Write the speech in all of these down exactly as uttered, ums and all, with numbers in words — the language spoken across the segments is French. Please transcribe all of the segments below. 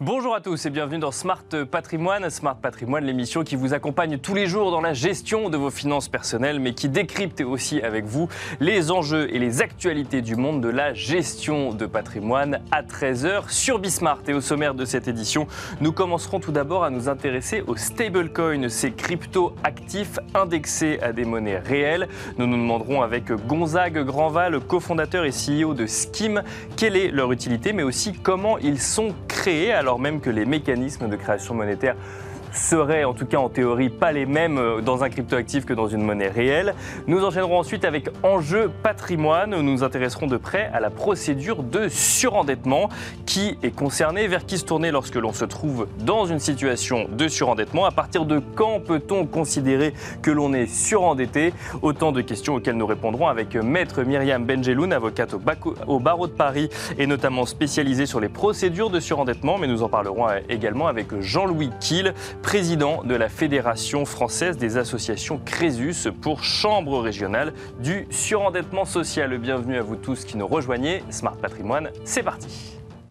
Bonjour à tous et bienvenue dans Smart Patrimoine. Smart Patrimoine, l'émission qui vous accompagne tous les jours dans la gestion de vos finances personnelles, mais qui décrypte aussi avec vous les enjeux et les actualités du monde de la gestion de patrimoine à treize heures sur Bismart. Et au sommaire de cette édition, nous commencerons tout d'abord à nous intéresser aux stablecoins, ces crypto-actifs indexés à des monnaies réelles. Nous nous demanderons avec Gonzague Grandval, cofondateur et C E O de Scheme, quelle est leur utilité, mais aussi comment ils sont créés, alors même que les mécanismes de création monétaire seraient, en tout cas en théorie, pas les mêmes dans un cryptoactif que dans une monnaie réelle. Nous enchaînerons ensuite avec Enjeu Patrimoine, où nous nous intéresserons de près à la procédure de surendettement. Qui est concerné, vers qui se tourner lorsque l'on se trouve dans une situation de surendettement? À partir de quand peut-on considérer que l'on est surendetté? Autant de questions auxquelles nous répondrons avec Maître Myriam Benjeloun, avocate au, Baco, au barreau de Paris et notamment spécialisée sur les procédures de surendettement. Mais nous en parlerons également avec Jean-Louis Kiel, président de la Fédération française des associations Crésus pour Chambre régionale du surendettement social. Bienvenue à vous tous qui nous rejoignez. Smart Patrimoine, c'est parti.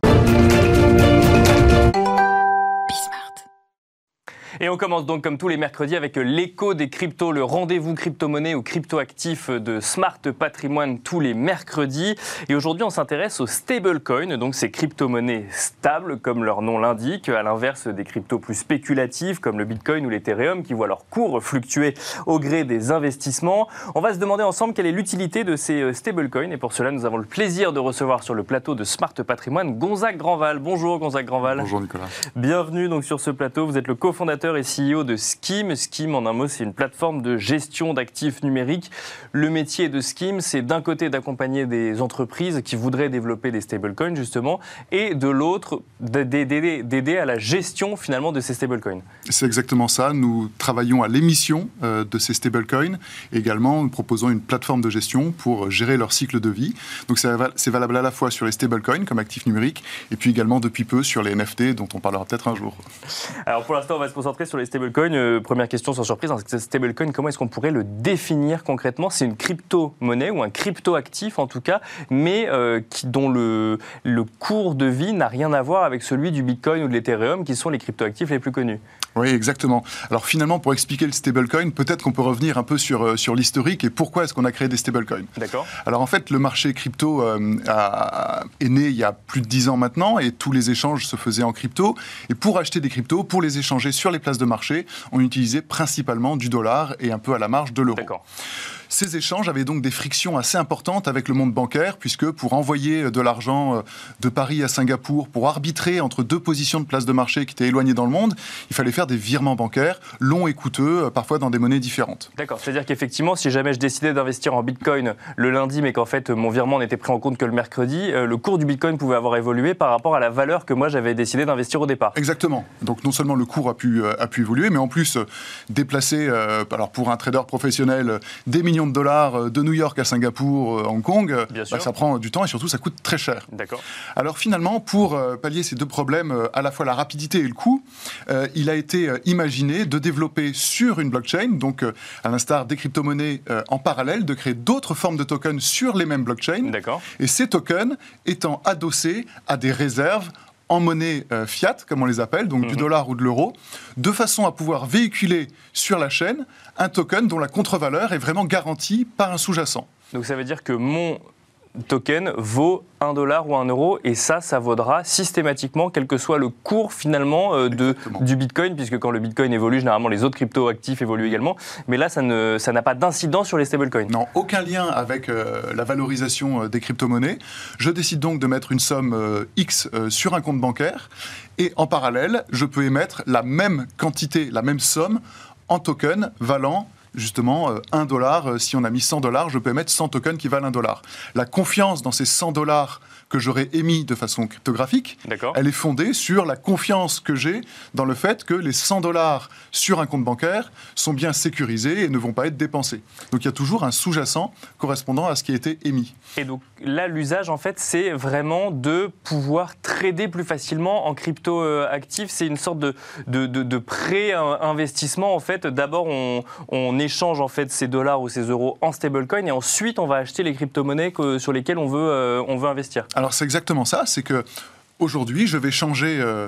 Et on commence donc comme tous les mercredis avec l'écho des cryptos, le rendez-vous crypto-monnaie ou crypto-actifs de Smart Patrimoine tous les mercredis. Et aujourd'hui, on s'intéresse aux stablecoins, donc ces crypto-monnaies stables, comme leur nom l'indique, à l'inverse des cryptos plus spéculatives comme le Bitcoin ou l'Ethereum qui voient leur cours fluctuer au gré des investissements. On va se demander ensemble quelle est l'utilité de ces stablecoins. Et pour cela, nous avons le plaisir de recevoir sur le plateau de Smart Patrimoine Gonzague Grandval. Bonjour Gonzague Grandval. Bonjour Nicolas. Bienvenue donc sur ce plateau. Vous êtes le cofondateur et C E O de Scheme. Scheme, en un mot, c'est une plateforme de gestion d'actifs numériques. Le métier de Scheme, c'est d'un côté d'accompagner des entreprises qui voudraient développer des stablecoins, justement, et de l'autre, d'aider, d'aider à la gestion, finalement, de ces stablecoins. C'est exactement ça. Nous travaillons à l'émission euh, de ces stablecoins. Et également, nous proposons une plateforme de gestion pour gérer leur cycle de vie. Donc, c'est, c'est valable à la fois sur les stablecoins comme actifs numériques, et puis également, depuis peu, sur les N F T, dont on parlera peut-être un jour. Alors, pour l'instant, on va se concentrer sur les stablecoins. Euh, première question sans surprise, un stablecoin, comment est-ce qu'on pourrait le définir concrètement? C'est une crypto-monnaie ou un crypto-actif en tout cas, mais euh, qui, dont le, le cours de vie n'a rien à voir avec celui du Bitcoin ou de l'Ethereum, qui sont les crypto-actifs les plus connus. Oui, exactement. Alors finalement, pour expliquer le stablecoin, peut-être qu'on peut revenir un peu sur, sur l'historique et pourquoi est-ce qu'on a créé des stablecoins. D'accord. Alors en fait, le marché crypto euh, a, est né il y a plus de dix ans maintenant et tous les échanges se faisaient en crypto. Et pour acheter des cryptos, pour les échanger sur les places de marché, on utilisait principalement du dollar et un peu à la marge de l'euro. D'accord. Ces échanges avaient donc des frictions assez importantes avec le monde bancaire, puisque pour envoyer de l'argent de Paris à Singapour, pour arbitrer entre deux positions de places de marché qui étaient éloignées dans le monde, il fallait faire des virements bancaires longs et coûteux, parfois dans des monnaies différentes. D'accord, c'est-à-dire qu'effectivement, si jamais je décidais d'investir en Bitcoin le lundi, mais qu'en fait mon virement n'était pris en compte que le mercredi, le cours du Bitcoin pouvait avoir évolué par rapport à la valeur que moi j'avais décidé d'investir au départ. Exactement. Donc non seulement le cours a pu, a pu évoluer, mais en plus déplacer, alors pour un trader professionnel, des millions de dollars de New York à Singapour, Hong Kong, bah, ça prend du temps et surtout ça coûte très cher. D'accord. Alors finalement, pour euh, pallier ces deux problèmes, euh, à la fois la rapidité et le coût, euh, il a été euh, imaginé de développer sur une blockchain, donc euh, à l'instar des crypto-monnaies euh, en parallèle, de créer d'autres formes de tokens sur les mêmes blockchains. D'accord. Et ces tokens étant adossés à des réserves en monnaie euh, fiat, comme on les appelle, donc mmh. du dollar ou de l'euro, de façon à pouvoir véhiculer sur la chaîne un token dont la contre-valeur est vraiment garantie par un sous-jacent. Donc ça veut dire que mon token vaut un dollar ou un euro, et ça, ça vaudra systématiquement, quel que soit le cours finalement euh, de, du Bitcoin, puisque quand le Bitcoin évolue, généralement les autres crypto-actifs évoluent également, mais là, ça, ne, ça n'a pas d'incidence sur les stablecoins. Non, aucun lien avec euh, la valorisation euh, des crypto-monnaies. Je décide donc de mettre une somme euh, X euh, sur un compte bancaire, et en parallèle, je peux émettre la même quantité, la même somme en token valant justement euh, un dollar. Euh, si on a mis cent dollars, je peux émettre cent tokens qui valent un dollar. La confiance dans ces cent dollars que j'aurais émis de façon cryptographique, D'accord. elle est fondée sur la confiance que j'ai dans le fait que les cent dollars sur un compte bancaire sont bien sécurisés et ne vont pas être dépensés. Donc il y a toujours un sous-jacent correspondant à ce qui a été émis. Et donc là, l'usage, en fait, c'est vraiment de pouvoir trader plus facilement en crypto-actifs. C'est une sorte de, de, de, de pré-investissement, en fait. D'abord, on, on échange en fait ces dollars ou ces euros en stablecoin et ensuite, on va acheter les crypto-monnaies que, sur lesquelles on veut, euh, on veut investir. Alors c'est exactement ça, c'est que aujourd'hui, je vais changer euh,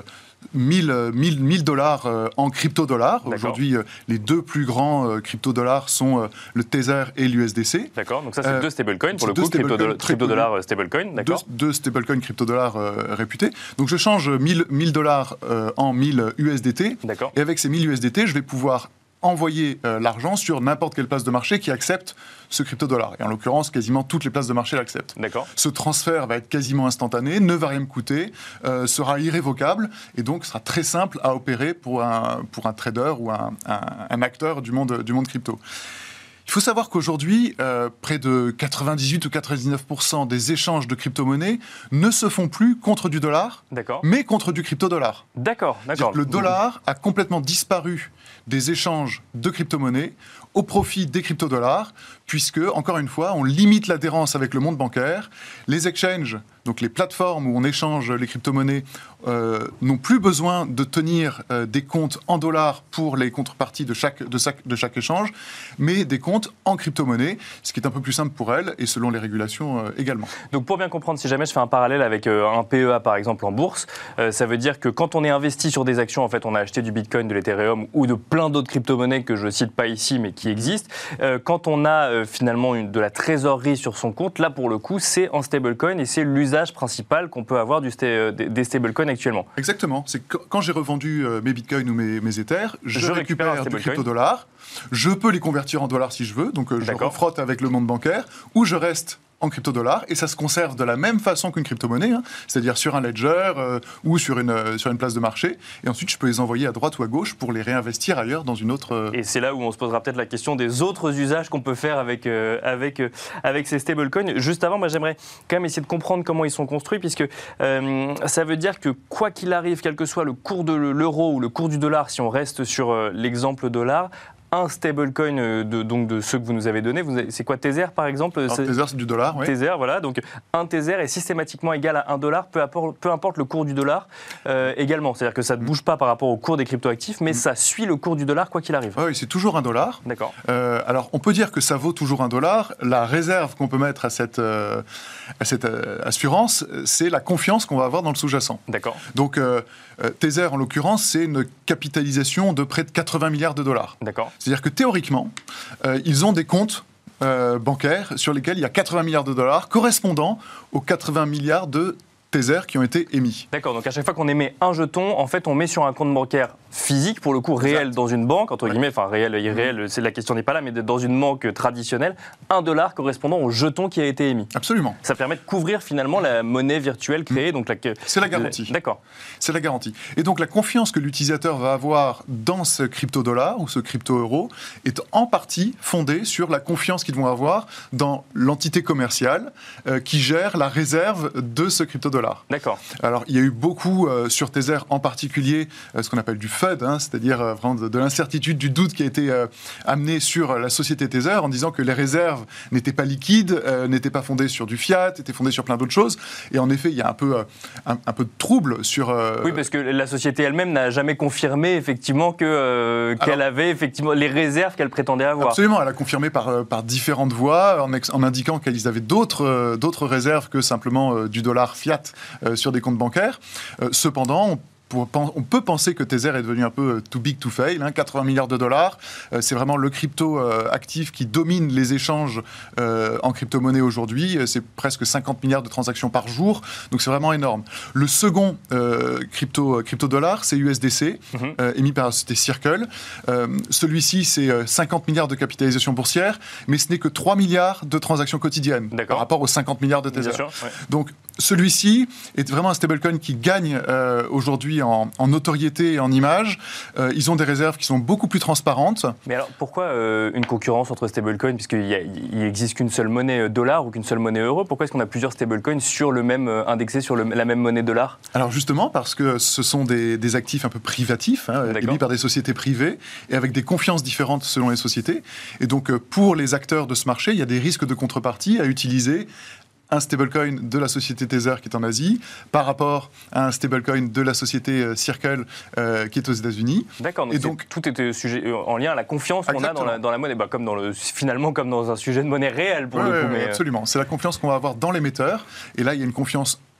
mille dollars euh, en crypto-dollars. Aujourd'hui, euh, les deux plus grands euh, crypto-dollars sont euh, le Tether et l'U S D C. D'accord, donc ça c'est euh, deux stablecoins pour le coup, crypto-dollars stablecoin, d'accord. Deux, deux stablecoins crypto-dollars euh, réputés. Donc je change mille dollars euh, en mille U S D T. D'accord. Et avec ces mille U S D T, je vais pouvoir envoyer euh, l'argent sur n'importe quelle place de marché qui accepte ce crypto-dollar. Et en l'occurrence, quasiment toutes les places de marché l'acceptent. D'accord. Ce transfert va être quasiment instantané, ne va rien me coûter, euh, sera irrévocable et donc sera très simple à opérer pour un, pour un trader ou un, un, un acteur du monde, du monde crypto. Il faut savoir qu'aujourd'hui, euh, près de quatre-vingt-dix-huit ou quatre-vingt-dix-neuf pour cent des échanges de crypto-monnaies ne se font plus contre du dollar, mais contre du crypto-dollar. D'accord, d'accord. Le dollar a complètement disparu des échanges de crypto-monnaies au profit des crypto-dollars, puisque, encore une fois, on limite l'adhérence avec le monde bancaire. Les exchanges, donc les plateformes où on échange les crypto-monnaies, euh, n'ont plus besoin de tenir euh, des comptes en dollars pour les contreparties de chaque, de, chaque, de chaque échange, mais des comptes en crypto-monnaie, ce qui est un peu plus simple pour elles et selon les régulations euh, également. Donc pour bien comprendre, si jamais je fais un parallèle avec euh, un P E A par exemple en bourse, euh, ça veut dire que quand on est investi sur des actions, en fait on a acheté du Bitcoin, de l'Ethereum ou de plein d'autres crypto-monnaies que je ne cite pas ici mais qui existent, euh, quand on a euh, finalement une, de la trésorerie sur son compte, là pour le coup c'est en stablecoin et c'est l'usage principal qu'on peut avoir du sta- des stablecoins actuellement. Exactement, c'est que quand j'ai revendu euh, mes Bitcoins ou mes, mes Ethers, je, je récupère, récupère du crypto-dollar, je peux les convertir en dollars si je veux, donc euh, je refrotte avec le monde bancaire, ou je reste en crypto-dollars, et ça se conserve de la même façon qu'une crypto-monnaie, hein, c'est-à-dire sur un ledger euh, ou sur une, euh, sur une place de marché, et ensuite je peux les envoyer à droite ou à gauche pour les réinvestir ailleurs dans une autre... Euh... Et c'est là où on se posera peut-être la question des autres usages qu'on peut faire avec, euh, avec, euh, avec ces stablecoins. Juste avant, moi j'aimerais quand même essayer de comprendre comment ils sont construits, puisque euh, ça veut dire que quoi qu'il arrive, quel que soit le cours de l'euro ou le cours du dollar, si on reste sur euh, l'exemple dollar, un stablecoin de, donc de ceux que vous nous avez donnés, c'est quoi, Tether par exemple? Alors, Tether, c'est du dollar, oui. Tether, voilà. Donc un Tether est systématiquement égal à un dollar, peu, peu importe le cours du dollar euh, également. C'est-à-dire que ça ne bouge pas par rapport au cours des cryptoactifs, mais mmh. ça suit le cours du dollar quoi qu'il arrive. Oui, c'est toujours un dollar. D'accord. Euh, alors, on peut dire que ça vaut toujours un dollar. La réserve qu'on peut mettre à cette, euh, à cette euh, assurance, c'est la confiance qu'on va avoir dans le sous-jacent. D'accord. Donc, euh, Tether, en l'occurrence, c'est une capitalisation de près de quatre-vingts milliards de dollars. D'accord. C'est-à-dire que théoriquement, euh, ils ont des comptes euh, bancaires sur lesquels il y a quatre-vingts milliards de dollars correspondant aux quatre-vingts milliards de Tether qui ont été émis. D'accord, donc à chaque fois qu'on émet un jeton, en fait, on met sur un compte bancaire physique, pour le coup réel exact. Dans une banque, entre ouais. guillemets, enfin réel, irréel, mmh. c'est, la question n'est pas là, mais dans une banque traditionnelle, un dollar correspondant au jeton qui a été émis. Absolument. Ça permet de couvrir finalement la monnaie virtuelle créée. Mmh. Donc la... C'est la garantie. La... D'accord. C'est la garantie. Et donc la confiance que l'utilisateur va avoir dans ce crypto-dollar ou ce crypto-euro est en partie fondée sur la confiance qu'ils vont avoir dans l'entité commerciale euh, qui gère la réserve de ce crypto-dollar. D'accord. Alors il y a eu beaucoup euh, sur Tether en particulier euh, ce qu'on appelle du F U D, hein, c'est-à-dire euh, vraiment de, de l'incertitude, du doute qui a été euh, amené sur la société Tether en disant que les réserves n'étaient pas liquides, euh, n'étaient pas fondées sur du fiat, étaient fondées sur plein d'autres choses. Et en effet, il y a un peu, euh, un, un peu de trouble sur... Euh, oui, parce que la société elle-même n'a jamais confirmé effectivement que, euh, qu'elle Alors, avait effectivement les réserves qu'elle prétendait avoir. Absolument, elle a confirmé par, par différentes voies en, ex, en indiquant qu'ils avaient d'autres, euh, d'autres réserves que simplement euh, du dollar fiat euh, sur des comptes bancaires. Euh, cependant, on Pour, on peut penser que Tether est devenu un peu too big to fail, hein, quatre-vingts milliards de dollars. Euh, c'est vraiment le crypto euh, actif qui domine les échanges euh, en crypto-monnaie aujourd'hui. C'est presque cinquante milliards de transactions par jour, donc c'est vraiment énorme. Le second euh, crypto, crypto-dollar, c'est U S D C, mm-hmm. euh, émis par la société Circle. Euh, celui-ci, c'est cinquante milliards de capitalisation boursière, mais ce n'est que trois milliards de transactions quotidiennes D'accord. par rapport aux cinquante milliards de Tether. Bien sûr, ouais. Donc, celui-ci est vraiment un stablecoin qui gagne euh, aujourd'hui En, en notoriété et en image. Euh, ils ont des réserves qui sont beaucoup plus transparentes. Mais alors, pourquoi euh, une concurrence entre stablecoins, puisqu'il n'existe qu'une seule monnaie dollar ou qu'une seule monnaie euro? Pourquoi est-ce qu'on a plusieurs stablecoins sur le même, euh, indexés sur le, la même monnaie dollar? Alors justement, parce que ce sont des, des actifs un peu privatifs, hein, émis par des sociétés privées, et avec des confiances différentes selon les sociétés. Et donc, euh, pour les acteurs de ce marché, il y a des risques de contrepartie à utiliser un stablecoin de la société Tether qui est en Asie par rapport à un stablecoin de la société Circle euh, qui est aux États-Unis. D'accord, donc, et donc tout était sujet, en lien à la confiance qu'on a dans la, dans la monnaie, bah, comme dans le, finalement comme dans un sujet de monnaie réelle pour ouais, le coup. Ouais, mais... Absolument, c'est la confiance qu'on va avoir dans l'émetteur, et là il y a une confiance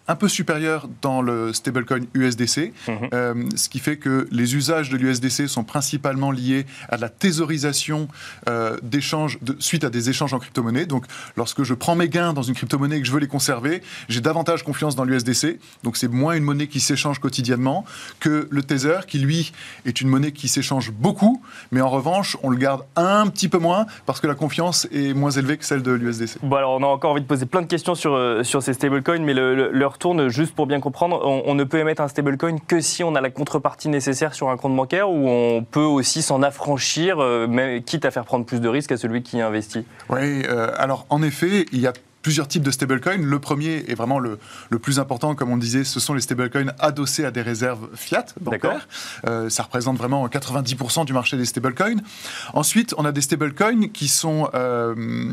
un peu supérieur dans le stablecoin U S D C, mmh. euh, ce qui fait que les usages de l'U S D C sont principalement liés à la thésaurisation euh, d'échanges de, suite à des échanges en crypto-monnaie. Donc, lorsque je prends mes gains dans une crypto-monnaie et que je veux les conserver, j'ai davantage confiance dans l'U S D C. Donc, c'est moins une monnaie qui s'échange quotidiennement que le Tether, qui lui est une monnaie qui s'échange beaucoup, mais en revanche, on le garde un petit peu moins parce que la confiance est moins élevée que celle de l'U S D C. Bon, alors on a encore envie de poser plein de questions sur, euh, sur ces stablecoins, mais le, le, leur tourne, juste pour bien comprendre, on, on ne peut émettre un stablecoin que si on a la contrepartie nécessaire sur un compte bancaire, ou on peut aussi s'en affranchir, euh, même, quitte à faire prendre plus de risques à celui qui investit. Oui, euh, alors en effet, il y a plusieurs types de stablecoins. Le premier est vraiment le, le plus important, comme on disait, ce sont les stablecoins adossés à des réserves fiat bancaires. Euh, ça représente vraiment quatre-vingt-dix pour cent du marché des stablecoins. Ensuite, on a des stablecoins qui sont euh,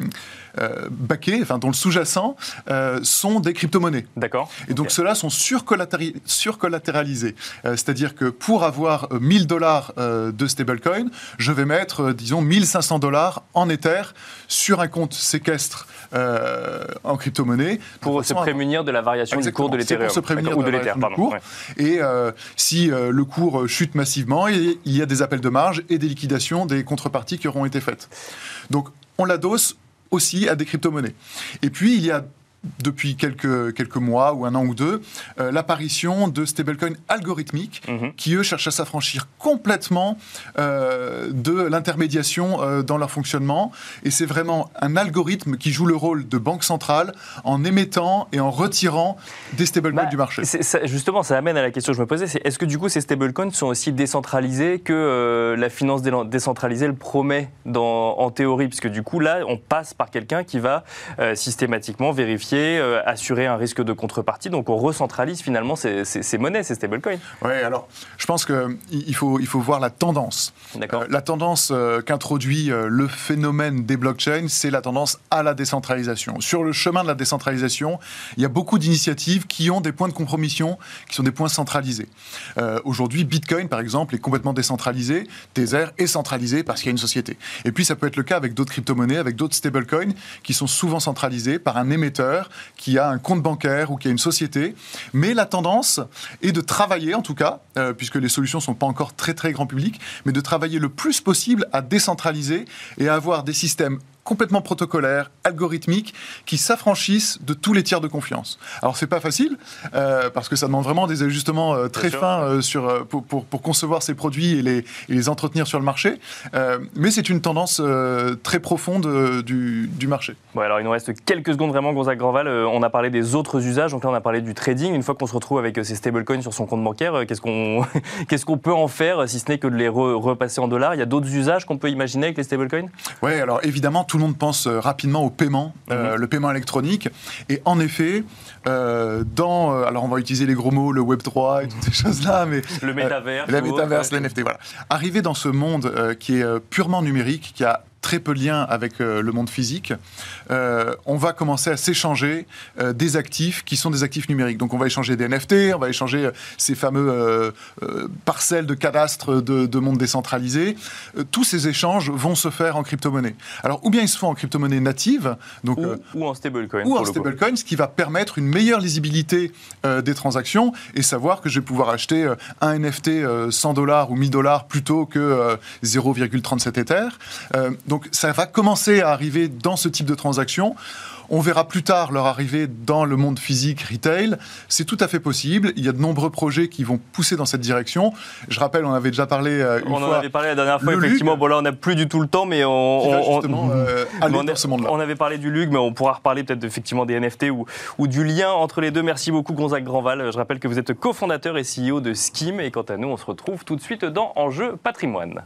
euh, backés, enfin dont le sous-jacent euh, sont des crypto-monnaies. D'accord. Et donc okay. ceux-là sont surcollatéri- surcollatéralisés. Euh, c'est-à-dire que pour avoir euh, mille dollars euh, de stablecoin, je vais mettre, euh, disons, mille cinq cents dollars en Ether sur un compte séquestre euh, en crypto-monnaie. Pour se prémunir de la variation Exactement. du cours de l'Ethereum. Pour se prémunir ou de, de la l'Ether, variation pardon. du cours. Ouais. Et euh, si euh, le cours chute massivement, il y a des appels de marge et des liquidations des contreparties qui auront été faites. Donc, on l'adosse aussi à des crypto-monnaies. Et puis, il y a depuis quelques, quelques mois ou un an ou deux, euh, l'apparition de stablecoins algorithmiques mmh. qui, eux, cherchent à s'affranchir complètement euh, de l'intermédiation euh, dans leur fonctionnement. Et c'est vraiment un algorithme qui joue le rôle de banque centrale en émettant et en retirant des stablecoins bah, du marché. C'est, ça, justement, ça amène à la question que je me posais, c'est est-ce que du coup ces stablecoins sont aussi décentralisés que euh, la finance dé- décentralisée le promet dans, en théorie? Puisque du coup, là, on passe par quelqu'un qui va euh, systématiquement vérifier Euh, assurer un risque de contrepartie, donc on recentralise finalement ces, ces, ces monnaies, ces stablecoins. Oui, alors je pense qu'il faut, il faut voir la tendance. D'accord. Euh, la tendance euh, qu'introduit euh, le phénomène des blockchains, c'est la tendance à la décentralisation. Sur le chemin de la décentralisation, il y a beaucoup d'initiatives qui ont des points de compromission, qui sont des points centralisés. Euh, aujourd'hui, Bitcoin, par exemple, est complètement décentralisé, Tether est centralisé parce qu'il y a une société. Et puis ça peut être le cas avec d'autres crypto-monnaies, avec d'autres stablecoins qui sont souvent centralisés par un émetteur qui a un compte bancaire ou qui a une société. Mais la tendance est de travailler, en tout cas, euh, puisque les solutions ne sont pas encore très très grand public, mais de travailler le plus possible à décentraliser et à avoir des systèmes complètement protocolaires, algorithmiques, qui s'affranchissent de tous les tiers de confiance. Alors, c'est pas facile, euh, parce que ça demande vraiment des ajustements euh, très fins euh, sur, euh, pour, pour, pour concevoir ces produits et les, et les entretenir sur le marché. Euh, mais c'est une tendance euh, très profonde euh, du, du marché. Bon, alors, il nous reste quelques secondes vraiment, Gonzague Grandval. Euh, on a parlé des autres usages, donc là, on a parlé du trading. Une fois qu'on se retrouve avec euh, ces stablecoins sur son compte bancaire, euh, qu'est-ce qu'on, qu'est-ce qu'on peut en faire, si ce n'est que de les re- repasser en dollars? Il y a d'autres usages qu'on peut imaginer avec les stablecoins? Oui, alors évidemment, tout le monde pense euh, rapidement au paiement, euh, mmh. le paiement électronique. Et en effet, euh, dans... Euh, alors, on va utiliser les gros mots, le web trois et toutes ces choses-là, mais... Le métaverse. Euh, la métaverse, ouais. Les N F T, voilà. Arriver dans ce monde euh, qui est euh, purement numérique, qui a très peu de lien avec euh, le monde physique, euh, on va commencer à s'échanger euh, des actifs qui sont des actifs numériques. Donc on va échanger des N F T, on va échanger euh, ces fameux euh, euh, parcelles de cadastre de, de monde décentralisé. Euh, tous ces échanges vont se faire en crypto-monnaie. Alors ou bien ils se font en crypto-monnaie native, donc, ou, euh, ou en stablecoin. Ou en stablecoin, ce qui va permettre une meilleure lisibilité euh, des transactions et savoir que je vais pouvoir acheter euh, un N F T euh, cent dollars ou mille dollars plutôt que euh, zéro virgule trente-sept Ether. Euh, Donc ça va commencer à arriver dans ce type de transaction. On verra plus tard leur arrivée dans le monde physique, retail. C'est tout à fait possible. Il y a de nombreux projets qui vont pousser dans cette direction. Je rappelle, on avait déjà parlé euh, une on fois... On en avait parlé la dernière fois, effectivement. Lug, bon, là, on n'a plus du tout le temps, mais on... Qui va on, justement euh, aller on, dans ce monde-là. On avait parlé du Lug, mais on pourra reparler peut-être effectivement des N F T ou, ou du lien entre les deux. Merci beaucoup, Gonzague Grandval. Je rappelle que vous êtes cofondateur et C E O de Scheme. Et quant à nous, on se retrouve tout de suite dans Enjeu Patrimoine.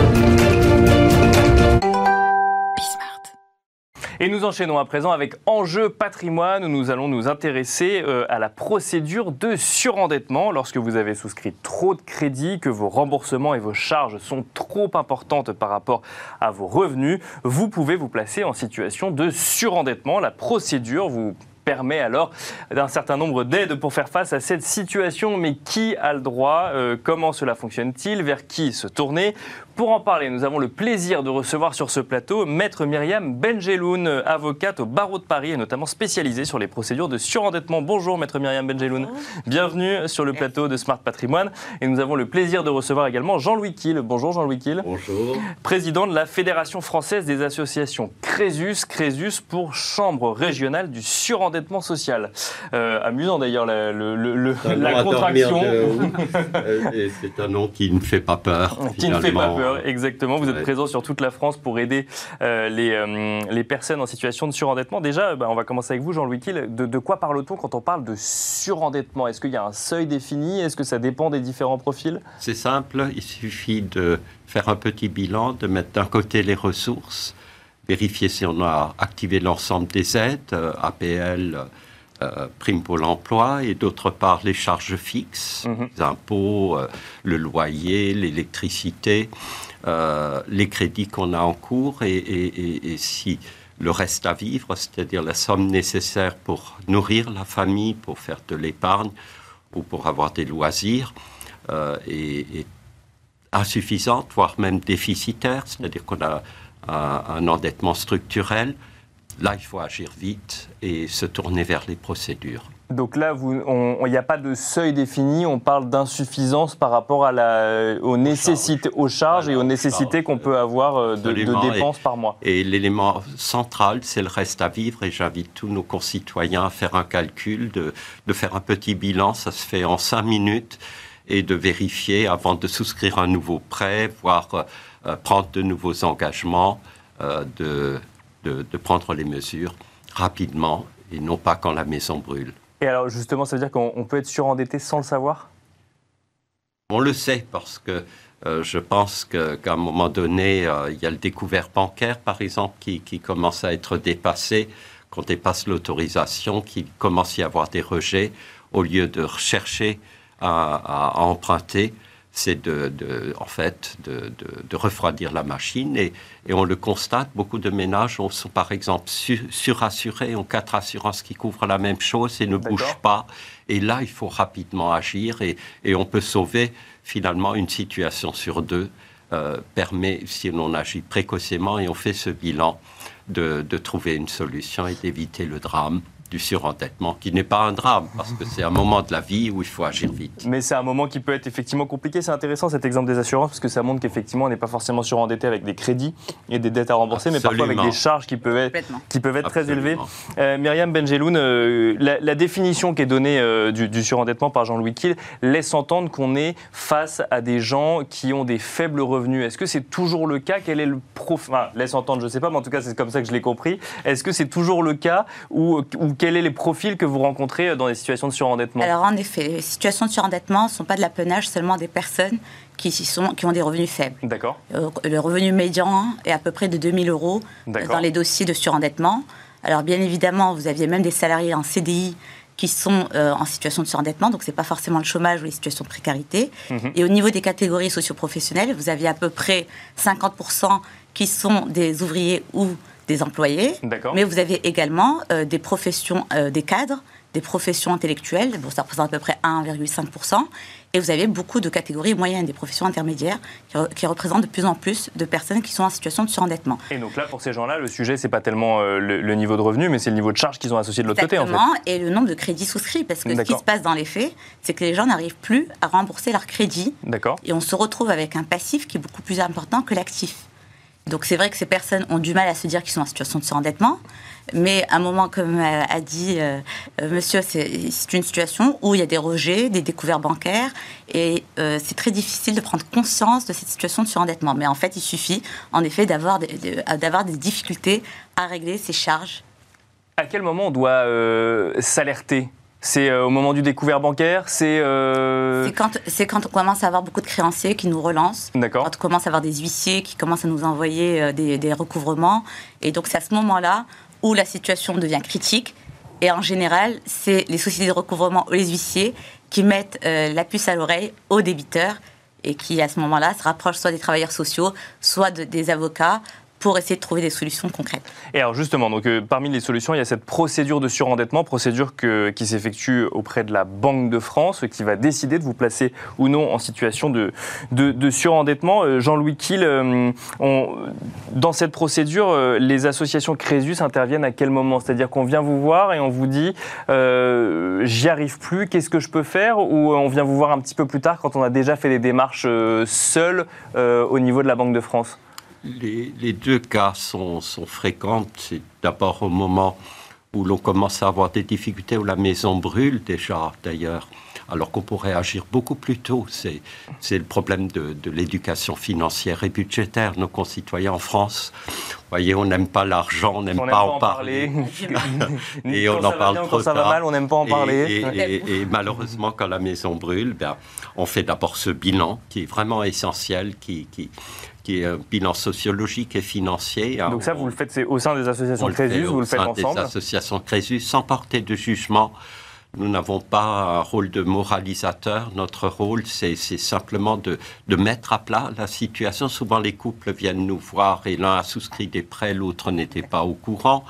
Et nous enchaînons à présent avec Enjeu Patrimoine, où nous allons nous intéresser euh, à la procédure de surendettement. Lorsque vous avez souscrit trop de crédits, que vos remboursements et vos charges sont trop importantes par rapport à vos revenus, vous pouvez vous placer en situation de surendettement. La procédure vous permet alors d'un certain nombre d'aides pour faire face à cette situation. Mais qui a le droit ? euh, Comment cela fonctionne-t-il ? Vers qui se tourner ? Pour en parler, nous avons le plaisir de recevoir sur ce plateau Maître Myriam Benjeloun, avocate au barreau de Paris et notamment spécialisée sur les procédures de surendettement. Bonjour Maître Myriam Benjeloun, bienvenue sur le plateau de Smart Patrimoine. Et nous avons le plaisir de recevoir également Jean-Louis Kiel. Bonjour Jean-Louis Kiel. Bonjour. Président de la Fédération française des associations Crésus, Crésus pour Chambre régionale du surendettement social. Euh, amusant d'ailleurs la, le, le, la contraction. De... C'est un nom qui ne fait pas peur. Qui ne fait pas peur. Exactement, vous êtes ouais. présent sur toute la France pour aider euh, les, euh, les personnes en situation de surendettement. Déjà, bah, on va commencer avec vous, Jean-Louis Kiel. De, de quoi parle-t-on quand on parle de surendettement? Est-ce qu'il y a un seuil défini? Est-ce que ça dépend des différents profils? C'est simple, il suffit de faire un petit bilan, de mettre d'un côté les ressources, vérifier si on a activé l'ensemble des aides, euh, A P L, Euh, prime Pôle emploi, et d'autre part les charges fixes, mmh. les impôts, euh, le loyer, l'électricité, euh, les crédits qu'on a en cours, et, et, et, et si le reste à vivre, c'est-à-dire la somme nécessaire pour nourrir la famille, pour faire de l'épargne ou pour avoir des loisirs, euh, est, est insuffisante, voire même déficitaire, c'est-à-dire qu'on a un, un endettement structurel. Là, il faut agir vite et se tourner vers les procédures. Donc là, il n'y a pas de seuil défini, on parle d'insuffisance par rapport à la, aux nécessités, aux charges voilà, et aux nécessités qu'on peut avoir de, de dépenses et, par mois. Et l'élément central, c'est le reste à vivre, et j'invite tous nos concitoyens à faire un calcul, de, de faire un petit bilan, ça se fait en cinq minutes, et de vérifier avant de souscrire un nouveau prêt, voire euh, prendre de nouveaux engagements, euh, de... De, de prendre les mesures rapidement et non pas quand la maison brûle. Et alors justement, ça veut dire qu'on peut être surendetté sans le savoir? On le sait parce que euh, je pense que, qu'à un moment donné, euh, il y a le découvert bancaire, par exemple, qui, qui commence à être dépassé, qu'on dépasse l'autorisation, qu'il commence à y avoir des rejets. Au lieu de rechercher à, à, à emprunter, c'est de, de, en fait de, de, de refroidir la machine. Et, et on le constate, beaucoup de ménages sont par exemple sur, surassurés, ont quatre assurances qui couvrent la même chose et ne D'accord. bougent pas. Et là, il faut rapidement agir et, et on peut sauver finalement une situation sur deux, euh, permet, si l'on agit précocement et on fait ce bilan, de, de trouver une solution et d'éviter le drame du surendettement, qui n'est pas un drame, parce que c'est un moment de la vie où il faut agir vite. Mais c'est un moment qui peut être effectivement compliqué. C'est intéressant cet exemple des assurances, parce que ça montre qu'effectivement, on n'est pas forcément surendetté avec des crédits et des dettes à rembourser, Absolument. mais parfois avec des charges qui peuvent être, qui peuvent être très élevées. Euh, Myriam Benjeloun, euh, la, la définition qui est donnée euh, du, du surendettement par Jean-Louis Kiel laisse entendre qu'on est face à des gens qui ont des faibles revenus. Est-ce que c'est toujours le cas? Quel est le prof... enfin, laisse entendre, je ne sais pas, mais en tout cas, c'est comme ça que je l'ai compris. Est-ce que c'est toujours le cas ou, ou quels sont les profils que vous rencontrez dans des situations de surendettement? Alors en effet, les situations de surendettement ne sont pas de l'apanage seulement des personnes qui, sont, qui ont des revenus faibles. D'accord. Euh, le revenu médian est à peu près de deux mille euros dans les dossiers de surendettement. Alors bien évidemment, vous aviez même des salariés en C D I qui sont euh, en situation de surendettement, donc ce n'est pas forcément le chômage ou les situations de précarité. Mmh. Et au niveau des catégories socio-professionnelles, vous aviez à peu près cinquante pour cent qui sont des ouvriers ou des employés, mais vous avez également euh, des professions, euh, des cadres, des professions intellectuelles, bon, ça représente à peu près un virgule cinq pour cent, et vous avez beaucoup de catégories moyennes, des professions intermédiaires, qui, re- qui représentent de plus en plus de personnes qui sont en situation de surendettement. Et donc là, pour ces gens-là, le sujet, c'est pas tellement euh, le, le niveau de revenu, mais c'est le niveau de charge qu'ils ont associé de l'autre côté, en fait. Exactement, et le nombre de crédits souscrits, parce que D'accord. ce qui se passe dans les faits, c'est que les gens n'arrivent plus à rembourser leurs crédits, D'accord. et on se retrouve avec un passif qui est beaucoup plus important que l'actif. Donc c'est vrai que ces personnes ont du mal à se dire qu'ils sont en situation de surendettement, mais à un moment, comme a dit euh, monsieur, c'est, c'est une situation où il y a des rejets, des découvertes bancaires, et euh, c'est très difficile de prendre conscience de cette situation de surendettement. Mais en fait, il suffit en effet d'avoir des, de, d'avoir des difficultés à régler ces charges. À quel moment on doit euh, s'alerter ? C'est euh, au moment du découvert bancaire, c'est... Euh... C'est, quand, c'est quand on commence à avoir beaucoup de créanciers qui nous relancent, D'accord. quand on commence à avoir des huissiers qui commencent à nous envoyer euh, des, des recouvrements. Et donc c'est à ce moment-là où la situation devient critique. Et en général, c'est les sociétés de recouvrement ou les huissiers qui mettent euh, la puce à l'oreille aux débiteurs et qui, à ce moment-là, se rapprochent soit des travailleurs sociaux, soit de, des avocats, pour essayer de trouver des solutions concrètes. Et alors justement, donc, euh, parmi les solutions, il y a cette procédure de surendettement, procédure que, qui s'effectue auprès de la Banque de France, qui va décider de vous placer ou non en situation de, de, de surendettement. Euh, Jean-Louis Kiel, euh, on, dans cette procédure, euh, les associations Crésus interviennent à quel moment? C'est-à-dire qu'on vient vous voir et on vous dit euh, « j'y arrive plus, qu'est-ce que je peux faire ?» ou on vient vous voir un petit peu plus tard quand on a déjà fait des démarches euh, seul euh, au niveau de la Banque de France? Les, les deux cas sont, sont fréquents. C'est d'abord au moment où l'on commence à avoir des difficultés, où la maison brûle déjà d'ailleurs, alors qu'on pourrait agir beaucoup plus tôt. C'est, c'est le problème de, de l'éducation financière et budgétaire. Nos concitoyens en France, vous voyez, on n'aime pas l'argent, on n'aime pas, pas en parler. parler. Et on en parle trop tard. Quand ça va mal, on n'aime pas en parler. Et, et, et, et malheureusement, quand la maison brûle, ben, on fait d'abord ce bilan qui est vraiment essentiel, qui... qui qui est un bilan sociologique et financier. Donc ça, vous le faites c'est au sein des associations Crésus, vous le faites ensemble? Au sein des associations Crésus, sans porter de jugement. Nous n'avons pas un rôle de moralisateur. Notre rôle, c'est, c'est simplement de, de mettre à plat la situation. Souvent, les couples viennent nous voir et l'un a souscrit des prêts, l'autre n'était pas au courant.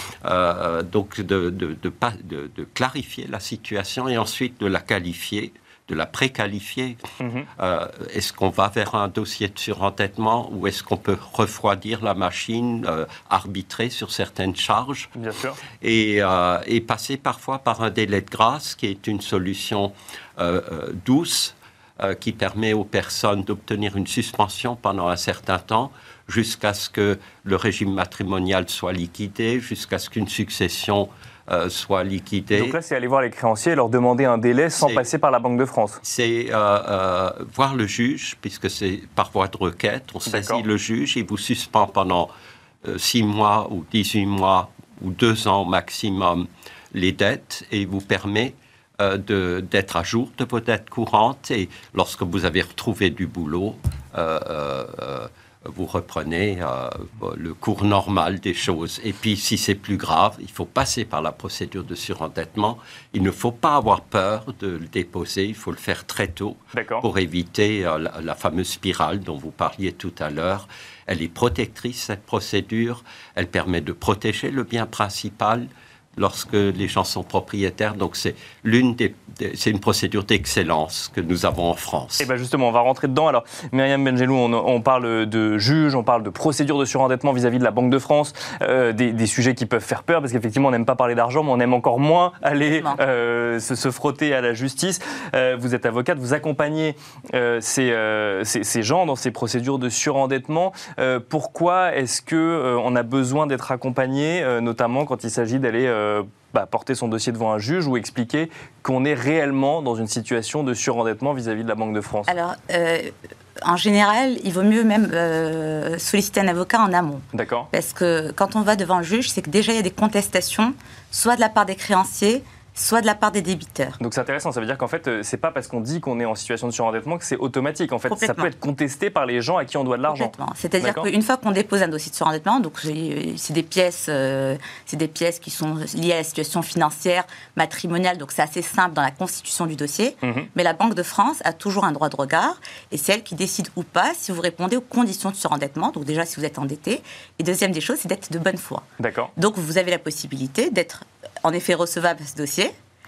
Euh, donc, de, de, de, de, de clarifier la situation et ensuite de la qualifier, de la préqualifier. Mmh. Euh, est-ce qu'on va vers un dossier de surendettement ou est-ce qu'on peut refroidir la machine, euh, arbitrer sur certaines charges? Bien sûr. Et, euh, et passer parfois par un délai de grâce qui est une solution euh, euh, douce euh, qui permet aux personnes d'obtenir une suspension pendant un certain temps jusqu'à ce que le régime matrimonial soit liquidé, jusqu'à ce qu'une succession Euh, soit liquidé. Donc là, c'est aller voir les créanciers et leur demander un délai sans c'est, passer par la Banque de France. C'est euh, euh, voir le juge, puisque c'est par voie de requête. On D'accord. saisit le juge, il vous suspend pendant euh, six mois ou dix-huit mois ou deux ans maximum les dettes et il vous permet euh, de, d'être à jour de vos dettes courantes. Et lorsque vous avez retrouvé du boulot, euh, euh, vous reprenez euh, le cours normal des choses. Et puis, si c'est plus grave, il faut passer par la procédure de surendettement. Il ne faut pas avoir peur de le déposer. Il faut le faire très tôt D'accord. pour éviter euh, la, la fameuse spirale dont vous parliez tout à l'heure. Elle est protectrice, cette procédure. Elle permet de protéger le bien principal lorsque les gens sont propriétaires. Donc, c'est, l'une des, des, c'est une procédure d'excellence que nous avons en France. Et bien justement, on va rentrer dedans. Alors, Myriam Benjelloun, on, on parle de juge, on parle de procédure de surendettement vis-à-vis de la Banque de France, euh, des, des sujets qui peuvent faire peur, parce qu'effectivement, on n'aime pas parler d'argent, mais on aime encore moins aller euh, se, se frotter à la justice. Euh, vous êtes avocate, vous accompagnez euh, ces, euh, ces, ces gens dans ces procédures de surendettement. Euh, pourquoi est-ce qu'on euh, a besoin d'être accompagné, euh, notamment quand il s'agit d'aller... Euh, Bah, porter son dossier devant un juge ou expliquer qu'on est réellement dans une situation de surendettement vis-à-vis de la Banque de France? Alors, euh, en général, il vaut mieux même euh, solliciter un avocat en amont. D'accord. Parce que quand on va devant le juge, c'est que déjà il y a des contestations, soit de la part des créanciers, soit de la part des débiteurs. Donc c'est intéressant, ça veut dire qu'en fait, c'est pas parce qu'on dit qu'on est en situation de surendettement que c'est automatique. En fait, ça peut être contesté par les gens à qui on doit de l'argent. Complètement. C'est-à-dire D'accord. qu'une fois qu'on dépose un dossier de surendettement, donc c'est des pièces, euh, c'est des pièces qui sont liées à la situation financière, matrimoniale, donc c'est assez simple dans la constitution du dossier. Mmh. Mais la Banque de France a toujours un droit de regard et c'est elle qui décide ou pas si vous répondez aux conditions de surendettement. Donc déjà, si vous êtes endetté. Et deuxième des choses, c'est d'être de bonne foi. D'accord. Donc vous avez la possibilité d'être en effet recevable à ce dossier.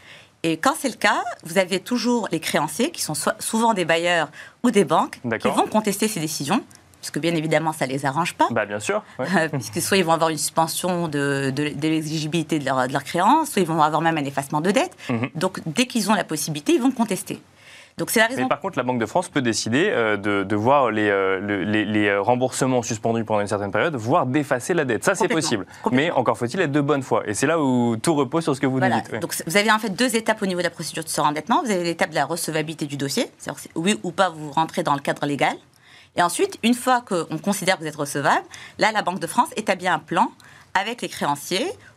Et quand c'est le cas, vous avez toujours les créanciers, qui sont so- souvent des bailleurs ou des banques, D'accord. qui vont contester ces décisions, puisque bien évidemment, ça ne les arrange pas. Bah, bien sûr. Ouais. Euh, puisque soit ils vont avoir une suspension de, de, de l'exigibilité de leur, de leur créance, soit ils vont avoir même un effacement de dette. Mm-hmm. Donc, dès qu'ils ont la possibilité, ils vont contester. Donc, c'est la raison... Mais par contre, la Banque de France peut décider euh, de, de voir les, euh, les, les remboursements suspendus pendant une certaine période, voire d'effacer la dette. Ça, c'est possible. Mais encore faut-il être de bonne foi. Et c'est là où tout repose sur ce que vous voilà. nous dites. Oui. Donc, vous avez en fait deux étapes au niveau de la procédure de surendettement. Vous avez l'étape de la recevabilité du dossier. C'est-à-dire si oui ou pas vous rentrez dans le cadre légal. Et ensuite, une fois qu'on considère que vous êtes recevable, là, la Banque de France établit un plan avec les créanciers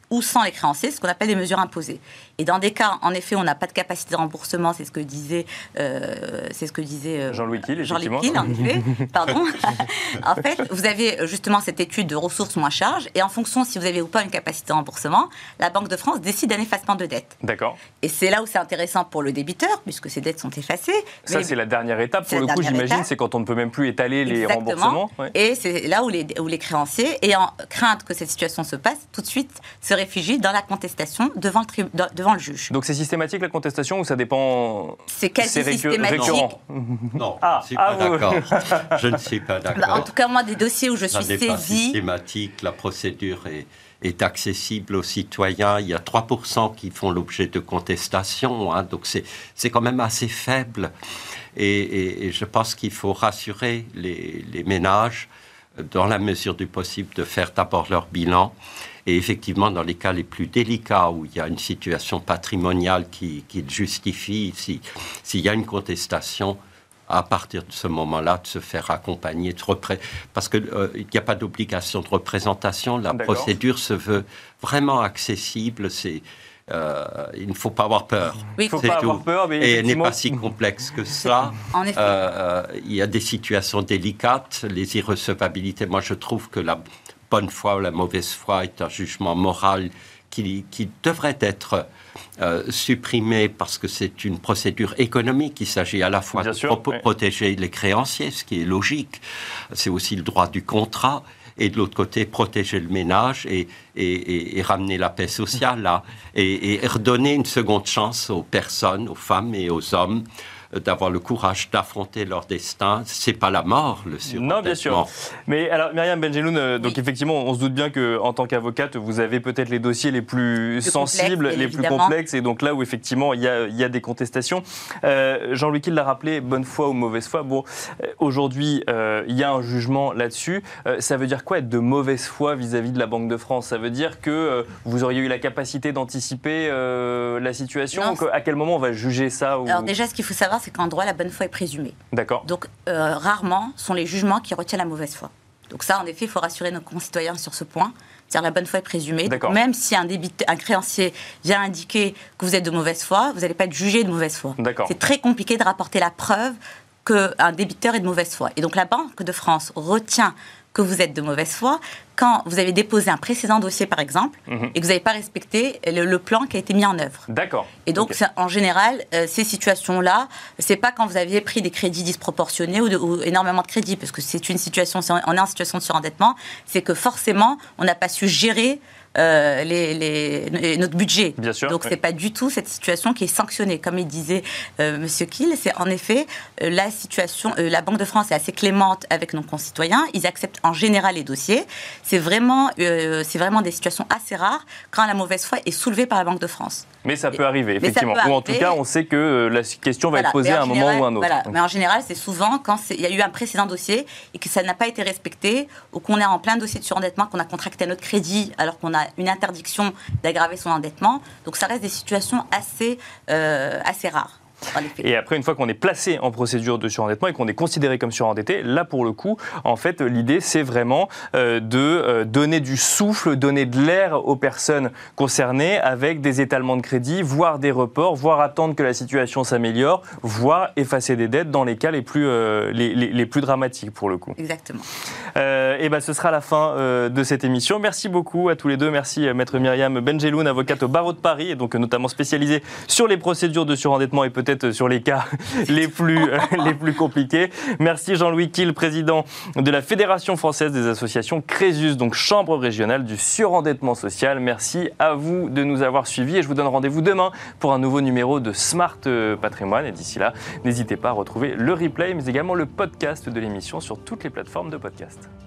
ou sans les créanciers, ce qu'on appelle des mesures imposées. Et dans des cas, en effet, on n'a pas de capacité de remboursement, c'est ce que disait, euh, c'est ce que disait euh, Jean-Louis Kiel, Jean-Louis Kiel, en effet. Pardon. En fait, vous avez justement cette étude de ressources moins charges, et en fonction si vous avez ou pas une capacité de remboursement, la Banque de France décide d'un effacement de dette. D'accord. Et c'est là où c'est intéressant pour le débiteur, puisque ces dettes sont effacées. Ça, c'est la dernière étape. Pour le coup, j'imagine, c'est quand on ne peut même plus étaler les Exactement. remboursements. Ouais. Et c'est là où les, où les créanciers, ayant crainte que cette situation se passe, tout de suite se réfugient dans la contestation devant le, tri... devant le juge. Donc c'est systématique la contestation ou ça dépend? C'est quasi récu... systématique. récurrent. Non, ah, je ne suis ah, pas vous... d'accord. Je ne suis pas d'accord. Bah, en tout cas, moi, des dossiers où je ça suis n'est saisie... pas systématique, la procédure est, est accessible aux citoyens. Il y a trois pour cent qui font l'objet de contestation, hein, donc c'est, c'est quand même assez faible. Et, et, et je pense qu'il faut rassurer les, les ménages, dans la mesure du possible, de faire d'abord leur bilan. Et effectivement, dans les cas les plus délicats, où il y a une situation patrimoniale qui, qui le justifie, si, s'il y a une contestation, à partir de ce moment-là, de se faire accompagner, de repré... parce qu'il euh, n'y a pas d'obligation de représentation. La D'accord. procédure se veut vraiment accessible. C'est, euh, il ne faut pas avoir peur. Il ne faut pas tout. avoir peur, mais Et elle n'est effectivement... pas si complexe que ça. En effet. Euh, il y a des situations délicates, les irrecevabilités. Moi, je trouve que la bonne foi ou la mauvaise foi est un jugement moral qui, qui devrait être euh, supprimé parce que c'est une procédure économique. Il s'agit à la fois Bien de sûr, pro- oui. protéger les créanciers, ce qui est logique. C'est aussi le droit du contrat. Et de l'autre côté, protéger le ménage et, et, et, et ramener la paix sociale là. Et, et redonner une seconde chance aux personnes, aux femmes et aux hommes, d'avoir le courage d'affronter leur destin. C'est pas la mort, le surendettement. Non, bien sûr. Mais alors, Myriam Benjeloun, euh, donc Oui. effectivement, on se doute bien qu'en tant qu'avocate, vous avez peut-être les dossiers les plus, Plus sensibles, complexes, les plus évidemment. complexes, et donc là où effectivement il y a, il y a des contestations. Euh, Jean-Louis Kiel l'a rappelé, bonne foi ou mauvaise foi. Bon, euh, aujourd'hui, euh, il y a un jugement là-dessus. Euh, ça veut dire quoi être de mauvaise foi vis-à-vis de la Banque de France? Ça veut dire que euh, vous auriez eu la capacité d'anticiper euh, la situation? Non, ou que, à quel moment on va juger ça ou... Alors déjà, ce qu'il faut savoir, c'est qu'en droit, la bonne foi est présumée. D'accord. Donc, euh, rarement sont les jugements qui retiennent la mauvaise foi. Donc ça, en effet, il faut rassurer nos concitoyens sur ce point. C'est-à-dire la bonne foi est présumée. Donc, même si un, débit- un créancier vient indiquer que vous êtes de mauvaise foi, vous n'allez pas être jugé de mauvaise foi. D'accord. C'est très compliqué de rapporter la preuve qu'un débiteur est de mauvaise foi. Et donc la Banque de France retient que vous êtes de mauvaise foi quand vous avez déposé un précédent dossier, par exemple, mmh. et que vous n'avez pas respecté le, le plan qui a été mis en œuvre. D'accord. Et donc, okay. en général, euh, ces situations-là, c'est pas quand vous aviez pris des crédits disproportionnés ou, de, ou énormément de crédits, parce que c'est une situation, on est en situation de surendettement, c'est que forcément, on n'a pas su gérer Euh, les, les, notre budget. Bien sûr, donc, oui. c'est pas du tout cette situation qui est sanctionnée. Comme il disait euh, Monsieur Kiel, c'est en effet euh, la situation. Euh, la Banque de France est assez clémente avec nos concitoyens. Ils acceptent en général les dossiers. C'est vraiment, euh, c'est vraiment des situations assez rares quand la mauvaise foi est soulevée par la Banque de France. Mais ça peut arriver, Mais effectivement. peut Ou en tout cas, on sait que la question va voilà. être posée à un général, moment ou à un autre. Voilà. Mais en général, c'est souvent quand il y a eu un précédent dossier et que ça n'a pas été respecté, ou qu'on est en plein dossier de surendettement, qu'on a contracté un autre crédit alors qu'on a une interdiction d'aggraver son endettement. Donc ça reste des situations assez, euh, assez rares. Et après, une fois qu'on est placé en procédure de surendettement et qu'on est considéré comme surendetté, là, pour le coup, en fait, l'idée, c'est vraiment euh, de euh, donner du souffle, donner de l'air aux personnes concernées avec des étalements de crédit, voire des reports, voire attendre que la situation s'améliore, voire effacer des dettes dans les cas les plus, euh, les, les, les plus dramatiques, pour le coup. Exactement. Euh, et ben, ce sera la fin euh, de cette émission. Merci beaucoup à tous les deux. Merci, euh, Maître Myriam Benjeloun, avocate au barreau de Paris, et donc euh, notamment spécialisée sur les procédures de surendettement et peut-être peut-être sur les cas les plus, euh, les plus compliqués. Merci Jean-Louis Kiel, président de la Fédération française des associations Crésus, donc chambre régionale du surendettement social. Merci à vous de nous avoir suivis et je vous donne rendez-vous demain pour un nouveau numéro de Smart Patrimoine. Et d'ici là, n'hésitez pas à retrouver le replay, mais également le podcast de l'émission sur toutes les plateformes de podcast.